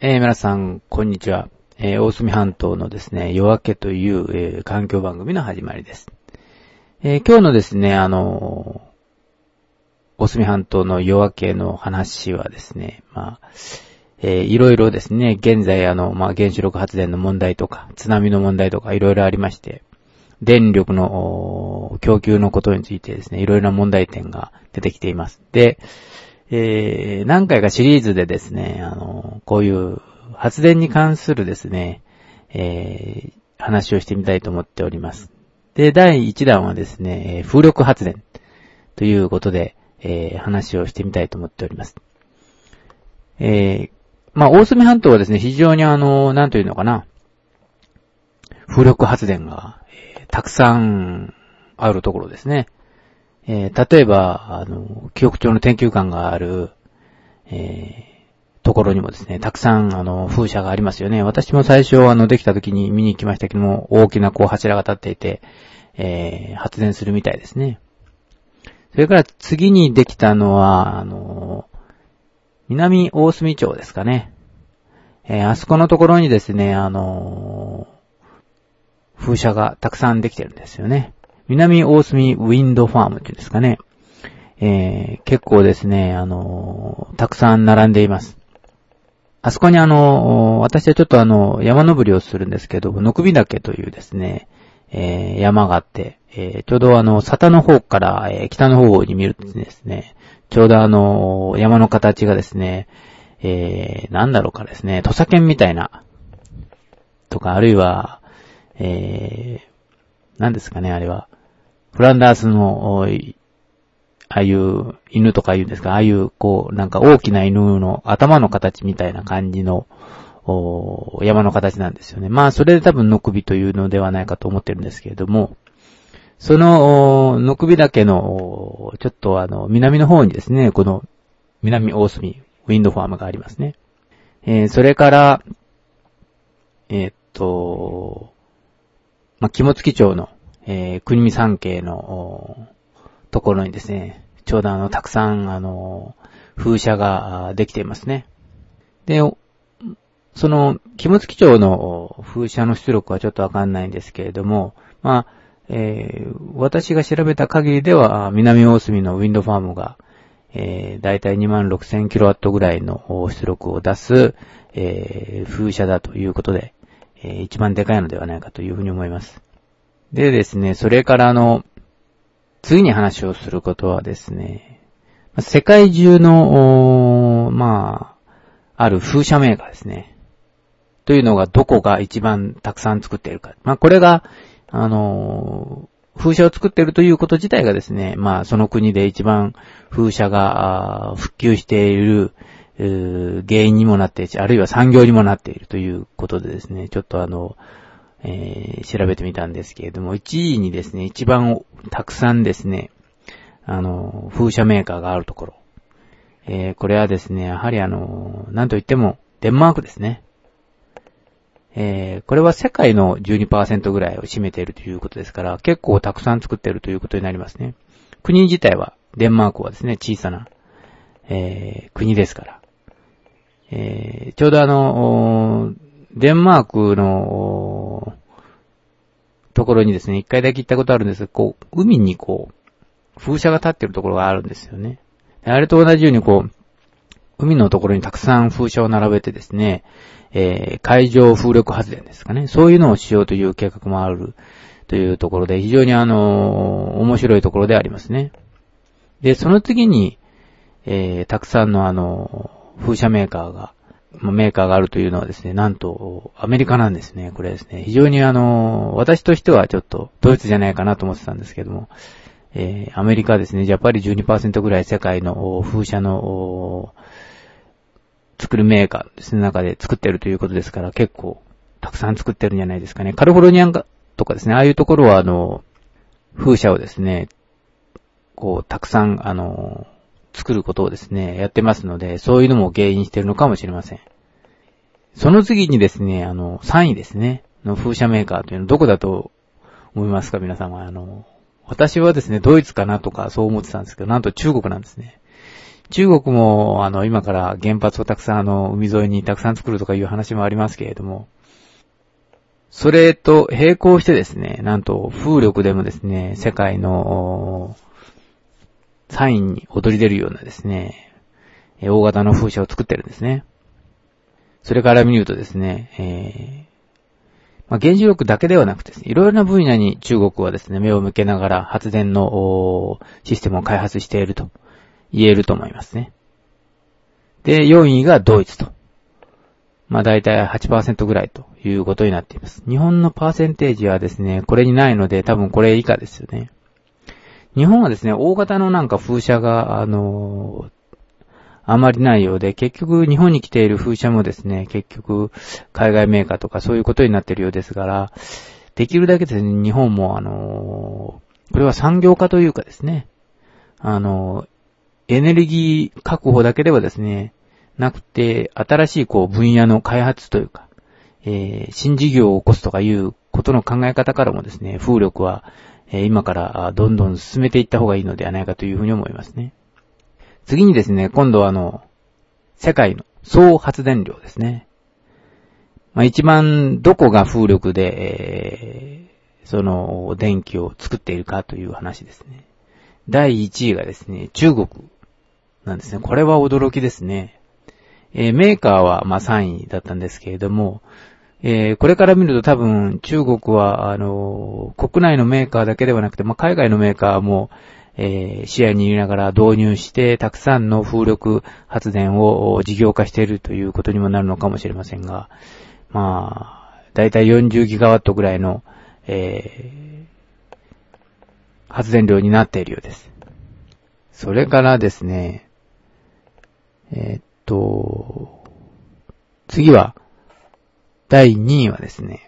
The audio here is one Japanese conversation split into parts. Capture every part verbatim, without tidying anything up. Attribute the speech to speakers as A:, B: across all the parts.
A: えー、皆さん、こんにちは。えー、大隅半島のですね、夜明けという、えー、環境番組の始まりです。えー、今日のですね、あのー、大隅半島の夜明けの話はですね、まあ、えー、いろいろですね、現在あの、まあ、原子力発電の問題とか、津波の問題とかいろいろありまして、電力の供給のことについてですね、いろいろな問題点が出てきています。で、えー、何回かシリーズでですね、あの、こういう発電に関するですね、えー、話をしてみたいと思っております。で、だいいちだんはですね、風力発電ということで、えー、話をしてみたいと思っております。えー、まあ、大隅半島はですね、非常にあの、なんというのかな、風力発電が、えー、たくさんあるところですね。えー、例えば、あの、紀北町の天球館がある、えー、ところにもですね、たくさん、あの、風車がありますよね。私も最初、あの、できた時に見に行きましたけども、大きなこう柱が立っていて、えー、発電するみたいですね。それから次にできたのは、あの、南大隅町ですかね。えー、あそこのところにですね、あの、風車がたくさんできてるんですよね。南大隅ウィンドファームっていうんですかね。えー、結構ですね、あのー、たくさん並んでいます。あそこにあのー、私はちょっとあの、山登りをするんですけど、野首岳というですね、えー、山があって、えー、ちょうどあの、佐田の方から、えー、北の方に見るとですね、ちょうどあの、山の形がですね、えー、なんだろうかですね、土佐犬みたいな、とか、あるいは、えー、なんですかね、あれは、フランダースの、ああいう犬とか言うんですか、ああいうこう、なんか大きな犬の頭の形みたいな感じの山の形なんですよね。まあそれで多分野首というのではないかと思ってるんですけれども、その野首岳のちょっとあの南の方にですね、この南大隅ウィンドファームがありますね。えー、それから、えー、っと、まあ、肝付町の、えー、国見山系のところにですね、ちょうどあの、たくさん、あの、風車ができていますね。で、その、肝付町の風車の出力はちょっとわかんないんですけれども、まあ、えー、私が調べた限りでは、南大隅のウィンドファームが、えー、だいたいにまんろくせんキロワットぐらいの出力を出す、えー、風車だということで、えー、一番でかいのではないかというふうに思います。でですね、それからあの、次に話をすることはですね、世界中の、まあ、ある風車メーカーですね。というのがどこが一番たくさん作っているか。まあ、これが、あの、風車を作っているということ自体がですね、まあ、その国で一番風車が普及している原因にもなっている、あるいは産業にもなっているということでですね、ちょっとあの、えー、調べてみたんですけれども、いちいにですね、一番たくさんですね、あの、風車メーカーがあるところ。えー、これはですね、やはりあの、なんといっても、デンマークですね。えー、これは世界の じゅうにパーセント ぐらいを占めているということですから、結構たくさん作っているということになりますね。国自体は、デンマークはですね、小さな、えー、国ですから。えー、ちょうどあの、デンマークのところにですね、一回だけ行ったことあるんですが、こう、海にこう、風車が立っているところがあるんですよね。あれと同じようにこう、海のところにたくさん風車を並べてですね、えー、海上風力発電ですかね。そういうのをしようという計画もあるというところで、非常にあの、面白いところでありますね。で、その次に、えー、たくさんのあの、風車メーカーが、メーカーがあるというのはですね、なんと、アメリカなんですね。これですね。非常にあの、私としてはちょっと、ドイツじゃないかなと思ってたんですけども、えー、アメリカですね、やっぱり じゅうにパーセント ぐらい世界の風車の、作るメーカーですね、中で作ってるということですから、結構、たくさん作ってるんじゃないですかね。カリフォルニアとかですね、ああいうところはあの、風車をですね、こう、たくさん、あの、作ることをですね、やってますので、そういうのも原因しているのかもしれません。その次にですね、あの、さんいですね、の風車メーカーというのはどこだと思いますか、皆様。あの、私はですね、ドイツかなとかそう思ってたんですけど、なんと中国なんですね。 中国も、あの、今から原発をたくさん、あの、海沿いにたくさん作るとかいう話もありますけれども、それと並行してですね、なんと風力でもですね、世界のさんいに躍り出るようなですね、大型の風車を作ってるんですね。それから見るとですね、えーまあ、原子力だけではなくてですね、いろいろな分野に中国はですね、目を向けながら発電のシステムを開発していると言えると思いますね。で、よんいがドイツと。まあ大体 はちパーセント ぐらいということになっています。日本のパーセンテージはですね、これにないので多分これ以下ですよね。日本はですね、大型のなんか風車が、あのー、あまりないようで、結局日本に来ている風車もですね、結局海外メーカーとかそういうことになっているようですから、できるだけですね、日本もあのー、これは産業化というかですね、あのー、エネルギー確保だけではですね、なくて、新しいこう分野の開発というか、えー、新事業を起こすとかいうことの考え方からもですね、風力は、えー、今からどんどん進めていった方がいいのではないかというふうに思いますね。次にですね、今度はあの、世界の総発電量ですね。まあ一番どこが風力で、えー、その電気を作っているかという話ですね。だいいちいがですね、中国なんですね。これは驚きですね。えー、メーカーは、まあ、さんいだったんですけれども、えー、これから見ると多分、中国は、あのー、国内のメーカーだけではなくて、まあ、海外のメーカーも、えー、視野に入れながら導入して、たくさんの風力発電を事業化しているということにもなるのかもしれませんが、まあ、だいたいよんじゅうギガワットぐらいの、えー、発電量になっているようです。それからですね、えーと、次は、だいにいはですね、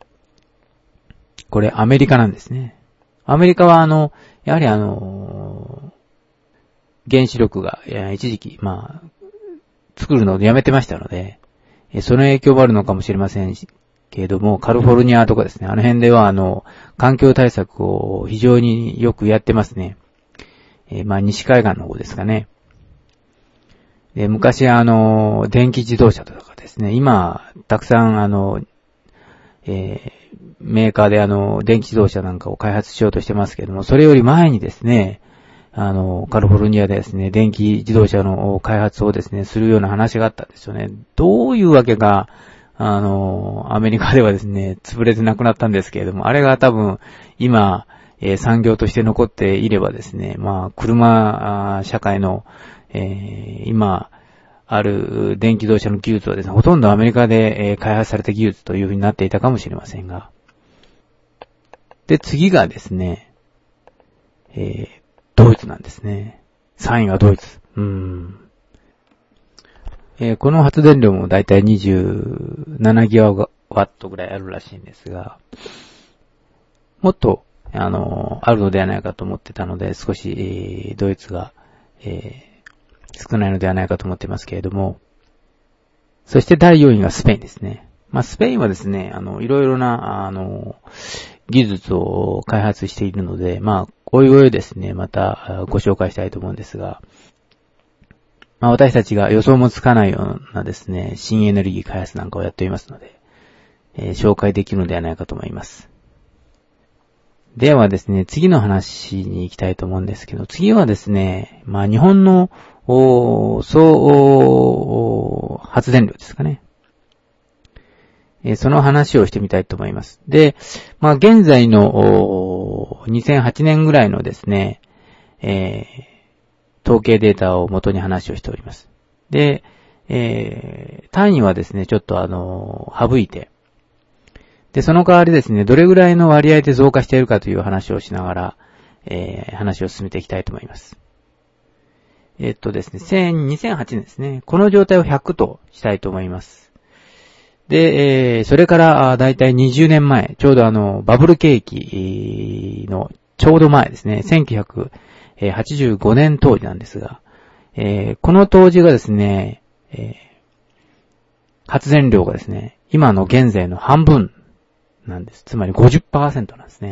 A: これアメリカなんですね。アメリカはあの、やはりあの、原子力が一時期、まあ、作るのをやめてましたので、その影響もあるのかもしれませんけれども、カリフォルニアとかですね、あの辺ではあの、環境対策を非常によくやってますね。えー、まあ、西海岸の方ですかね。で昔あの、電気自動車とかですね、今、たくさんあの、えー、メーカーであの、電気自動車なんかを開発しようとしてますけれども、それより前にですね、あの、カリフォルニアでですね、電気自動車の開発をですね、するような話があったんですよね。どういうわけか、あの、アメリカではですね、潰れてなくなったんですけれども、あれが多分、今、えー、産業として残っていればですね、まあ、車、社会の、えー、今、ある電気自動車の技術はですね、ほとんどアメリカで、えー、開発された技術というふうになっていたかもしれませんが。で、次がですね、えー、ドイツなんですね。さんいがドイツ。うーん。えー、この発電量もだいたいにじゅうななギガワットぐらいあるらしいんですが、もっと、あのー、あるのではないかと思ってたので、少し、えー、ドイツが、えー少ないのではないかと思っていますけれども。そしてだいよんいがスペインですね。まあ、スペインはですね、あの、いろいろな、あの、技術を開発しているので、まあ、おいおいですね、またご紹介したいと思うんですが、まあ、私たちが予想もつかないようなですね、新エネルギー開発なんかをやっていますので、えー、紹介できるのではないかと思います。ではですね、次の話に行きたいと思うんですけど、次はですね、まあ、日本の総発電量ですかね。えー、その話をしてみたいと思います。で、まあ、現在のにせんはちねんぐらいのですね、えー、統計データを元に話をしております。で、えー、単位はですね、ちょっとあの、省いて、で、その代わりですね、どれぐらいの割合で増加しているかという話をしながら、えー、話を進めていきたいと思います。えっとですね、にせんはちねんですね。この状態をひゃくとしたいと思います。で、えー、それからだいたいにじゅうねんまえ、ちょうどあの、バブル景気のちょうど前ですね、せんきゅうひゃくはちじゅうごねん当時なんですが、えー、この当時がですね、えー、発電量がですね、今の現在の半分なんです。つまり ごじゅっパーセント なんですね。